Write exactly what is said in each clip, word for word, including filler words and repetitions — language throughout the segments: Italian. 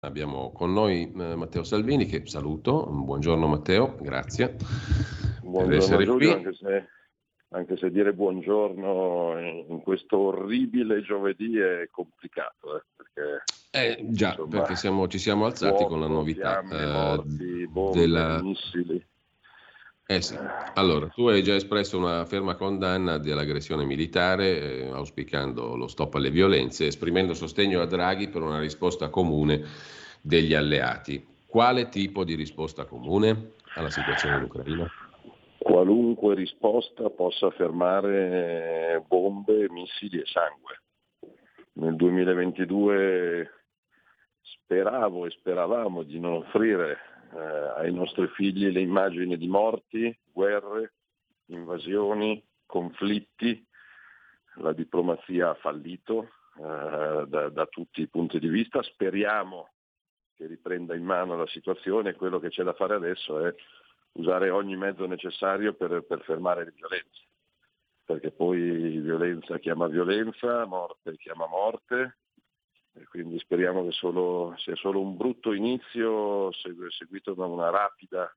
Abbiamo con noi eh, Matteo Salvini, che saluto. Buongiorno Matteo, grazie per Buongiorno essere Giulio, qui. anche se, anche se dire buongiorno in, in questo orribile giovedì è complicato, eh, perché Eh, già, insomma perché siamo- ci siamo alzati con la fuoco, novità fiamme, eh, morti, bombe, della... missili. Eh sì, allora, tu hai già espresso una ferma condanna dell'aggressione militare, eh, auspicando lo stop alle violenze, esprimendo sostegno a Draghi per una risposta comune degli alleati. Quale tipo di risposta comune alla situazione in Ucraina? Qualunque risposta possa fermare bombe, missili e sangue. Nel duemilaventidue speravo e speravamo di non offrire eh, ai nostri figli le immagini di morti, guerre, invasioni, conflitti. La diplomazia ha fallito eh, da, da tutti i punti di vista. Speriamo che riprenda in mano la situazione. Quello che c'è da fare adesso è usare ogni mezzo necessario per, per fermare le violenze, perché poi violenza chiama violenza, morte chiama morte, e quindi speriamo che solo, sia solo un brutto inizio seguito da una rapida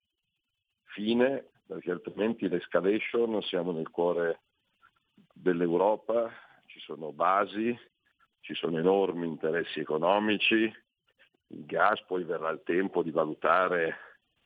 fine, perché altrimenti l'escalation, siamo nel cuore dell'Europa, ci sono basi, ci sono enormi interessi economici, il gas, poi verrà il tempo di valutare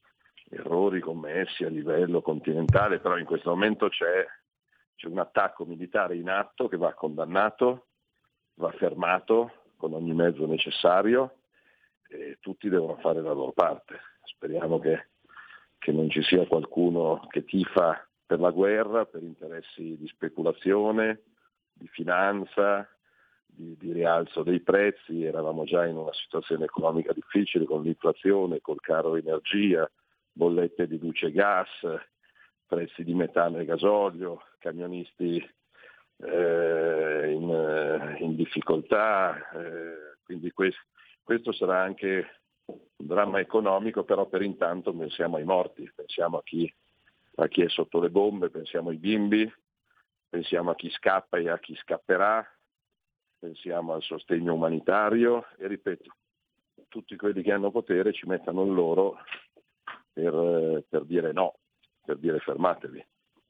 errori commessi a livello continentale, però in questo momento c'è, c'è un attacco militare in atto che va condannato, va fermato con ogni mezzo necessario e tutti devono fare la loro parte. Speriamo che, che non ci sia qualcuno che tifa per la guerra, per interessi di speculazione, di finanza, di, di rialzo dei prezzi. Eravamo già in una situazione economica difficile con l'inflazione, col caro energia, bollette di luce e gas, prezzi di metano e gasolio, camionisti eh, in, in difficoltà, eh, quindi questo, questo sarà anche un dramma economico, però per intanto pensiamo ai morti, pensiamo a chi, a chi è sotto le bombe, pensiamo ai bimbi, pensiamo a chi scappa e a chi scapperà, pensiamo al sostegno umanitario e ripeto, tutti quelli che hanno potere ci mettano il loro per, per dire no, per dire fermatevi.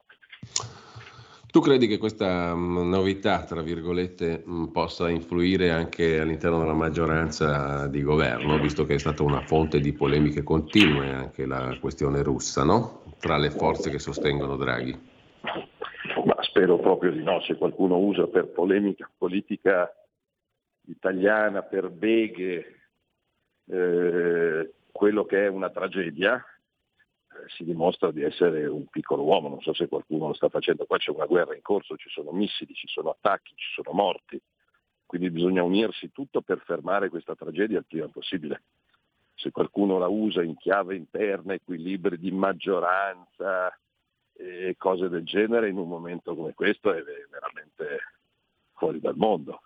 Tu credi che questa mh, novità, tra virgolette, mh, possa influire anche all'interno della maggioranza di governo, visto che è stata una fonte di polemiche continue anche la questione russa, no? Tra le forze che sostengono Draghi? Ma spero proprio di no, se qualcuno usa per polemica politica italiana, per beghe, eh, quello che è una tragedia, si dimostra di essere un piccolo uomo. Non so se qualcuno lo sta facendo, qua c'è una guerra in corso, ci sono missili, ci sono attacchi, ci sono morti, quindi bisogna unirsi tutto per fermare questa tragedia il prima possibile. Se qualcuno la usa in chiave interna, equilibri di maggioranza e cose del genere, in un momento come questo è veramente fuori dal mondo.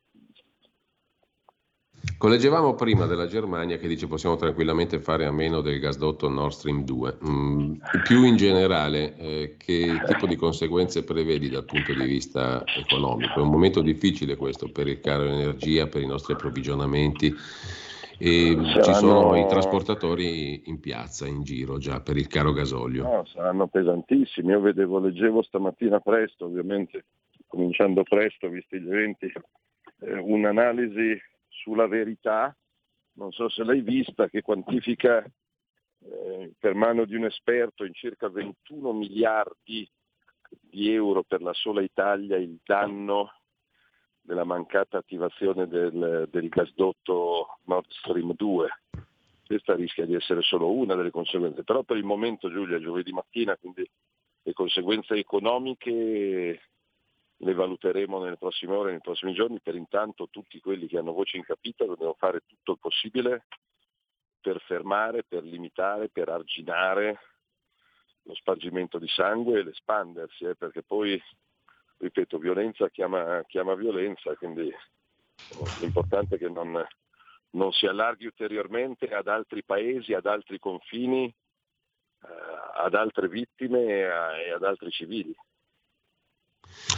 Collegevamo prima della Germania che dice possiamo tranquillamente fare a meno del gasdotto Nord Stream due. Mm, più in generale, eh, che tipo di conseguenze prevedi dal punto di vista economico? È un momento difficile questo per il caro energia, per i nostri approvvigionamenti. E ci sono i Saranno, trasportatori in piazza, in giro già per il caro gasolio. no, saranno pesantissimi. Io vedevo, leggevo stamattina presto, ovviamente cominciando presto, visti gli eventi, eh, un'analisi sulla Verità, non so se l'hai vista, che quantifica eh, per mano di un esperto in circa ventuno miliardi di euro per la sola Italia il danno della mancata attivazione del, del gasdotto Nord Stream due. Questa rischia di essere solo una delle conseguenze, però per il momento, Giulia, giovedì mattina, quindi le conseguenze economiche le valuteremo nelle prossime ore, nei prossimi giorni. Per intanto tutti quelli che hanno voce in capitolo devono fare tutto il possibile per fermare, per limitare, per arginare lo spargimento di sangue e l'espandersi, eh, perché poi, ripeto, violenza chiama, chiama violenza, quindi l'importante è che non, non si allarghi ulteriormente ad altri paesi, ad altri confini, eh, ad altre vittime e, a, e ad altri civili.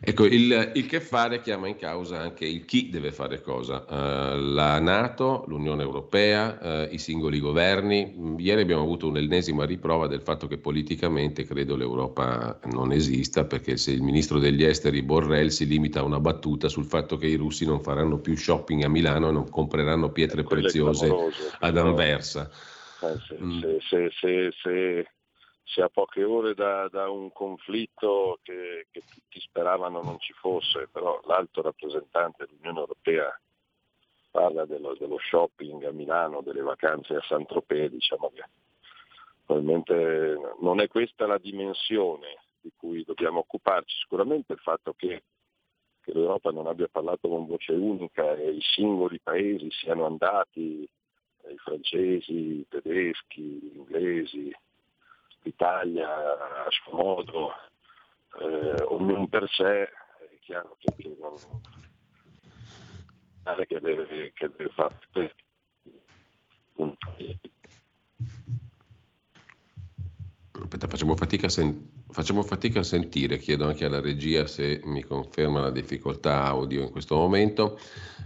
Ecco, il, il che fare chiama in causa anche il chi deve fare cosa. Uh, la NATO, l'Unione Europea, uh, i singoli governi. Ieri abbiamo avuto un'ennesima riprova del fatto che politicamente credo l'Europa non esista, perché se il ministro degli esteri Borrell si limita a una battuta sul fatto che i russi non faranno più shopping a Milano e non compreranno pietre eh, preziose ad Anversa. Eh, se, mm. se, se, se, se, se a poche ore da, da un conflitto che, che tutti speravano non ci fosse, però l'alto rappresentante dell'Unione Europea parla dello, dello shopping a Milano, delle vacanze a Saint-Tropez, diciamo che probabilmente non è questa la dimensione di cui dobbiamo occuparci. Sicuramente il fatto che, che l'Europa non abbia parlato con voce unica e i singoli paesi siano andati, i francesi, i tedeschi, gli inglesi, l'Italia a suo modo, eh, ognuno per sé, è chiaro che, che non che deve, che deve fare Aspetta, facciamo fatica, a sen- facciamo fatica a sentire, chiedo anche alla regia se mi conferma la difficoltà audio in questo momento.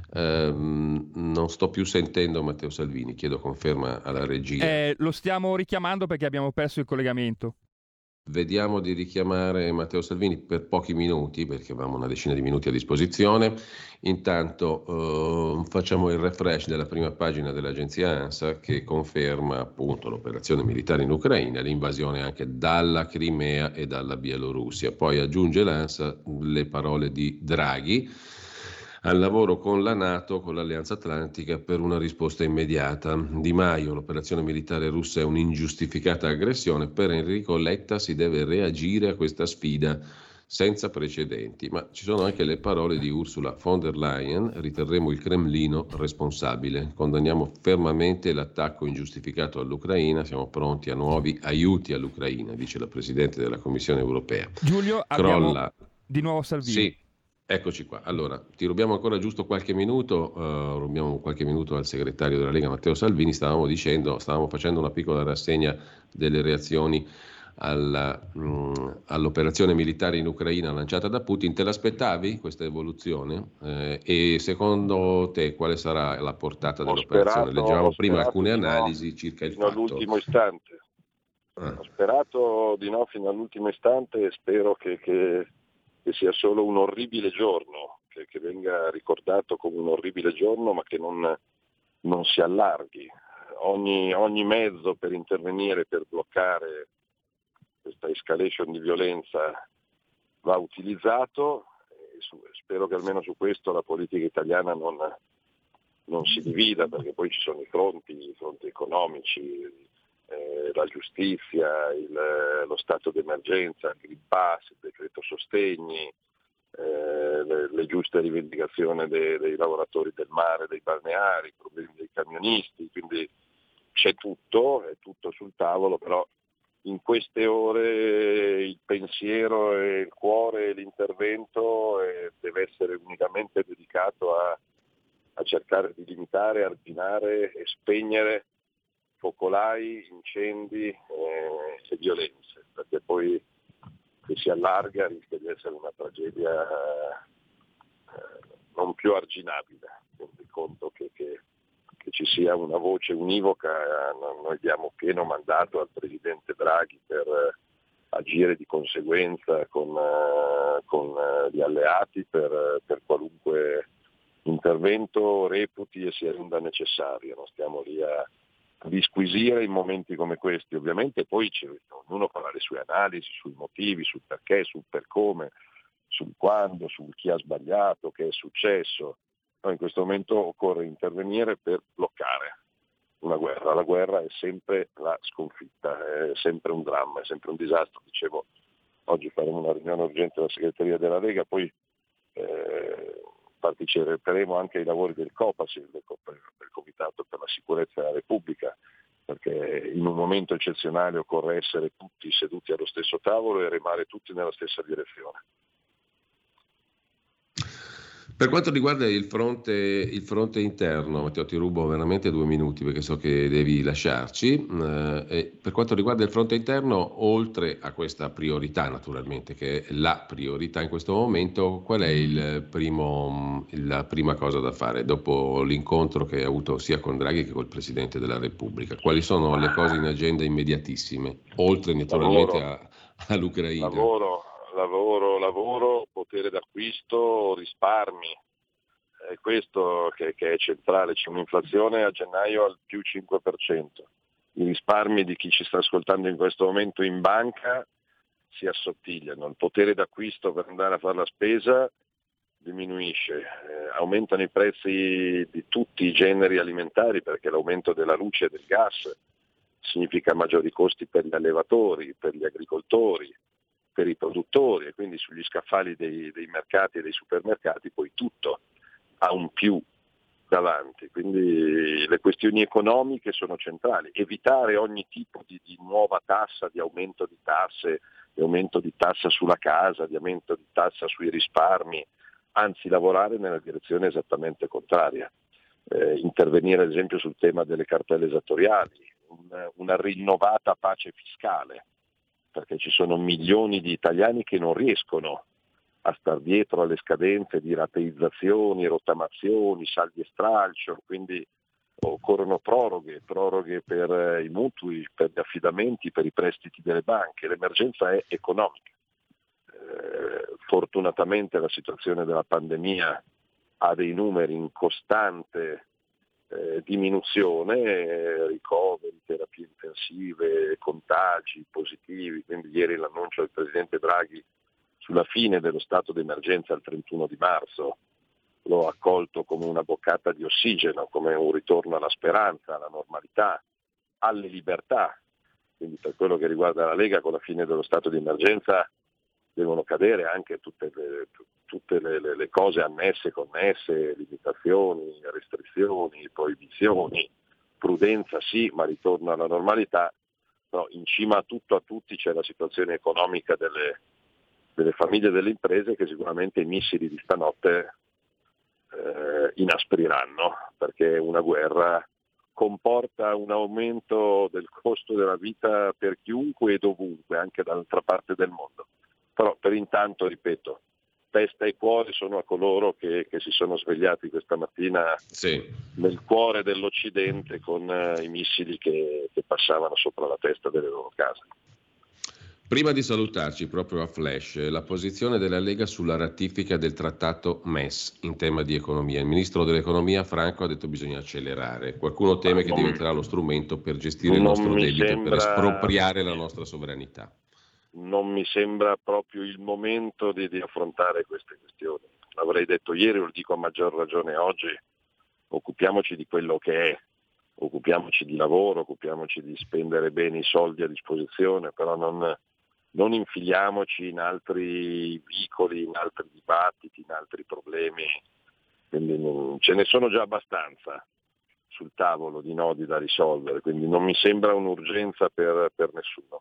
Ehm, non sto più sentendo Matteo Salvini, chiedo conferma alla regia. Eh, lo stiamo richiamando perché abbiamo perso il collegamento. Vediamo di richiamare Matteo Salvini per pochi minuti, perché avevamo una decina di minuti a disposizione. Intanto eh, facciamo il refresh della prima pagina dell'agenzia ANSA, che conferma appunto l'operazione militare in Ucraina, l'invasione anche dalla Crimea e dalla Bielorussia. Poi aggiunge l'ANSA le parole di Draghi al lavoro con la NATO, con l'Alleanza Atlantica, per una risposta immediata. Di Maio, l'operazione militare russa è un'ingiustificata aggressione. Per Enrico Letta si deve reagire a questa sfida senza precedenti. Ma ci sono anche le parole di Ursula von der Leyen: riterremo il Cremlino responsabile. Condanniamo fermamente l'attacco ingiustificato all'Ucraina, siamo pronti a nuovi aiuti all'Ucraina, dice la Presidente della Commissione europea. Giulio, Crolla. abbiamo di nuovo Salvini. Sì. Eccoci qua. Allora, ti rubiamo ancora giusto qualche minuto, uh, rubiamo qualche minuto al segretario della Lega Matteo Salvini. Stavamo dicendo, stavamo facendo una piccola rassegna delle reazioni alla, mh, all'operazione militare in Ucraina lanciata da Putin. Te l'aspettavi questa evoluzione? Eh, e secondo te quale sarà la portata ho dell'operazione? sperato, Leggevamo prima sperato alcune no, analisi circa il fino fatto. all'ultimo istante. Ah. Ho sperato di no fino all'ultimo istante e spero che, che che sia solo un orribile giorno, che, che venga ricordato come un orribile giorno, ma che non, non si allarghi. Ogni, ogni mezzo per intervenire, per bloccare questa escalation di violenza va utilizzato, e su, spero che almeno su questo la politica italiana non, non si divida, perché poi ci sono i fronti, i fronti economici, Eh, la giustizia, il, lo stato d'emergenza, il Green Pass, il decreto sostegni, eh, le, le giuste rivendicazioni dei, dei lavoratori del mare, dei balneari, i problemi dei camionisti, quindi c'è tutto, è tutto sul tavolo, però in queste ore il pensiero e il cuore e l'intervento eh, deve essere unicamente dedicato a, a cercare di limitare, arginare e spegnere focolai, incendi eh, e violenze, perché poi se si allarga rischia di essere una tragedia eh, non più arginabile. Quindi conto che, che, che ci sia una voce univoca, eh, noi diamo pieno mandato al Presidente Draghi per eh, agire di conseguenza con, eh, con eh, gli alleati per, per qualunque intervento reputi e sia renda necessario. Non stiamo lì a disquisire in momenti come questi, ovviamente poi ognuno farà le sue analisi sui motivi, sul perché, sul per come, sul quando, sul chi ha sbagliato, che è successo. No, in questo momento occorre intervenire per bloccare una guerra. La guerra è sempre la sconfitta, è sempre un dramma, è sempre un disastro. Dicevo, oggi faremo una riunione urgente della segreteria della Lega, poi eh, parteciperemo anche ai lavori del COPASIR, del, del Comitato per la Sicurezza della Repubblica, perché in un momento eccezionale occorre essere tutti seduti allo stesso tavolo e remare tutti nella stessa direzione. Per quanto riguarda il fronte, il fronte interno, Matteo, ti rubo veramente due minuti perché so che devi lasciarci. Eh, e per quanto riguarda il fronte interno, oltre a questa priorità, naturalmente, che è la priorità in questo momento, qual è il primo, la prima cosa da fare dopo l'incontro che hai avuto sia con Draghi che col Presidente della Repubblica? Quali sono le cose in agenda immediatissime, oltre naturalmente Lavoro, a- all'Ucraina? lavoro, lavoro, lavoro, potere d'acquisto, risparmi. È questo che, che è centrale. C'è un'inflazione a gennaio al più cinque per cento. I risparmi di chi ci sta ascoltando in questo momento in banca si assottigliano, il potere d'acquisto per andare a fare la spesa diminuisce, eh, aumentano i prezzi di tutti i generi alimentari perché l'aumento della luce e del gas significa maggiori costi per gli allevatori, per gli agricoltori, per i produttori, e quindi sugli scaffali dei, dei mercati e dei supermercati poi tutto ha un più davanti. Quindi le questioni economiche sono centrali, evitare ogni tipo di, di nuova tassa, di aumento di tasse, di aumento di tassa sulla casa, di aumento di tassa sui risparmi, anzi lavorare nella direzione esattamente contraria. Eh, intervenire ad esempio sul tema delle cartelle esattoriali, un, una rinnovata pace fiscale, perché ci sono milioni di italiani che non riescono a star dietro alle scadenze di rateizzazioni, rottamazioni, saldi e stralcio, quindi occorrono proroghe, proroghe per i mutui, per gli affidamenti, per i prestiti delle banche. L'emergenza è economica. Eh, fortunatamente la situazione della pandemia ha dei numeri in costante eh, diminuzione, eh, ricoveri, terapie intensive, contagi positivi, quindi ieri l'annuncio del Presidente Draghi sulla fine dello stato d'emergenza il trentuno di marzo l'ho accolto come una boccata di ossigeno, come un ritorno alla speranza, alla normalità, alle libertà. Quindi per quello che riguarda la Lega, con la fine dello stato di emergenza devono cadere anche tutte le, tutte le, le, le cose annesse, connesse, limitazioni, restrizioni, proibizioni, prudenza sì, ma ritorno alla normalità. Però in cima a tutto, a tutti, c'è la situazione economica delle delle famiglie e delle imprese che sicuramente i missili di stanotte eh, inaspriranno, perché una guerra comporta un aumento del costo della vita per chiunque e dovunque, anche dall'altra parte del mondo. Però per intanto, ripeto, testa e cuore sono a coloro che, che si sono svegliati questa mattina Sì. nel cuore dell'Occidente con eh, i missili che, che passavano sopra la testa delle loro case. Prima di salutarci, proprio a flash, la posizione della Lega sulla ratifica del trattato M E S in tema di economia. Il ministro dell'economia Franco ha detto che bisogna accelerare. Qualcuno teme che diventerà lo strumento per gestire il nostro debito e sembra, per espropriare la nostra sovranità. Non mi sembra proprio il momento di, di affrontare queste questioni. L'avrei detto ieri, lo dico a maggior ragione oggi, occupiamoci di quello che è, occupiamoci di lavoro, occupiamoci di spendere bene i soldi a disposizione, però non... non infiliamoci in altri vicoli, in altri dibattiti, in altri problemi. Quindi non, ce ne sono già abbastanza sul tavolo di nodi da risolvere, quindi non mi sembra un'urgenza per, per nessuno.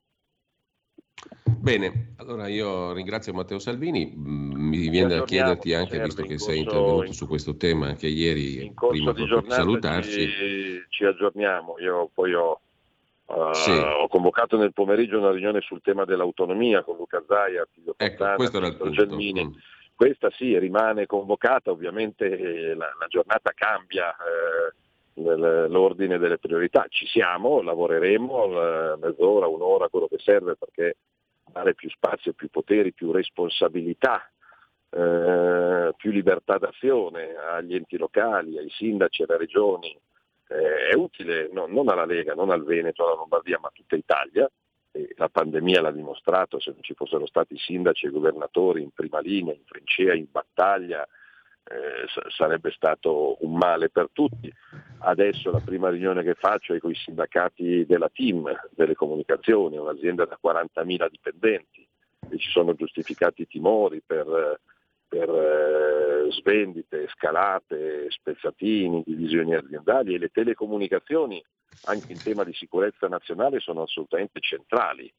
Bene, allora io ringrazio Matteo Salvini, mi viene da chiederti anche, visto che sei intervenuto su questo tema anche ieri, in corso prima di proprio di salutarci. Ci, ci aggiorniamo, io poi ho Uh, sì. Ho convocato nel pomeriggio una riunione sul tema dell'autonomia con Luca Zaia, Attilio Ecco, Fontana, questo era il punto. Gelmini. Mm. Questa sì, rimane convocata, ovviamente la, la giornata cambia eh, l'ordine delle priorità. Ci siamo, lavoreremo eh, mezz'ora, un'ora, quello che serve, perché dare più spazio, più poteri, più responsabilità, eh, più libertà d'azione agli enti locali, ai sindaci, alle regioni, è utile no, non alla Lega, non al Veneto, alla Lombardia, ma a tutta Italia. E la pandemia l'ha dimostrato, se non ci fossero stati i sindaci e i governatori in prima linea, in trincea, in battaglia, eh, sarebbe stato un male per tutti. Adesso la prima riunione che faccio è con i sindacati della TIM, delle comunicazioni, un'azienda da quarantamila dipendenti, e ci sono giustificati timori per... per eh, svendite, scalate, spezzatini, divisioni aziendali, e le telecomunicazioni anche in tema di sicurezza nazionale sono assolutamente centrali.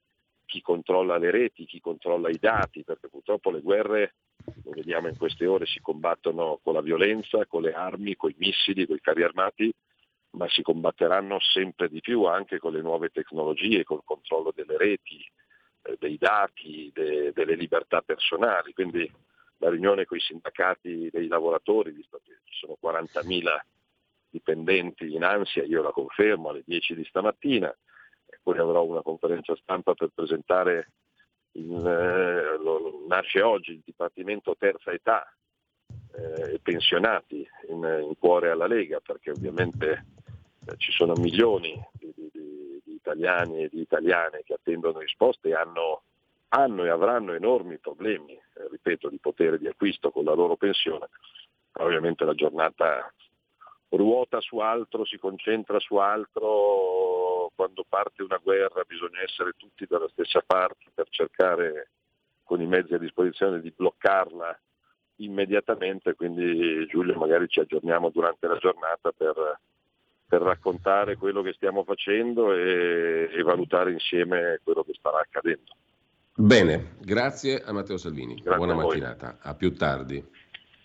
chi controlla le reti, chi controlla i dati, perché purtroppo le guerre, lo vediamo in queste ore, si combattono con la violenza, con le armi, con i missili, con i carri armati, ma si combatteranno sempre di più anche con le nuove tecnologie, col controllo delle reti, eh, dei dati, de, delle libertà personali. Quindi la riunione con i sindacati dei lavoratori, visto che ci sono quarantamila dipendenti in ansia, io la confermo alle dieci di stamattina, e poi avrò una conferenza stampa per presentare, il, eh, lo, nasce oggi il Dipartimento Terza Età eh, e pensionati in, in cuore alla Lega, perché ovviamente eh, ci sono milioni di, di, di, di italiani e di italiane che attendono risposte e hanno, hanno e avranno enormi problemi, eh, ripeto, di potere di acquisto con la loro pensione. Ovviamente la giornata ruota su altro, si concentra su altro. Quando parte una guerra bisogna essere tutti dalla stessa parte per cercare con i mezzi a disposizione di bloccarla immediatamente, quindi Giulio magari ci aggiorniamo durante la giornata per, per raccontare quello che stiamo facendo e, e valutare insieme quello che starà accadendo. Bene, grazie a Matteo Salvini, Grazie buona a voi. mattinata, a più tardi.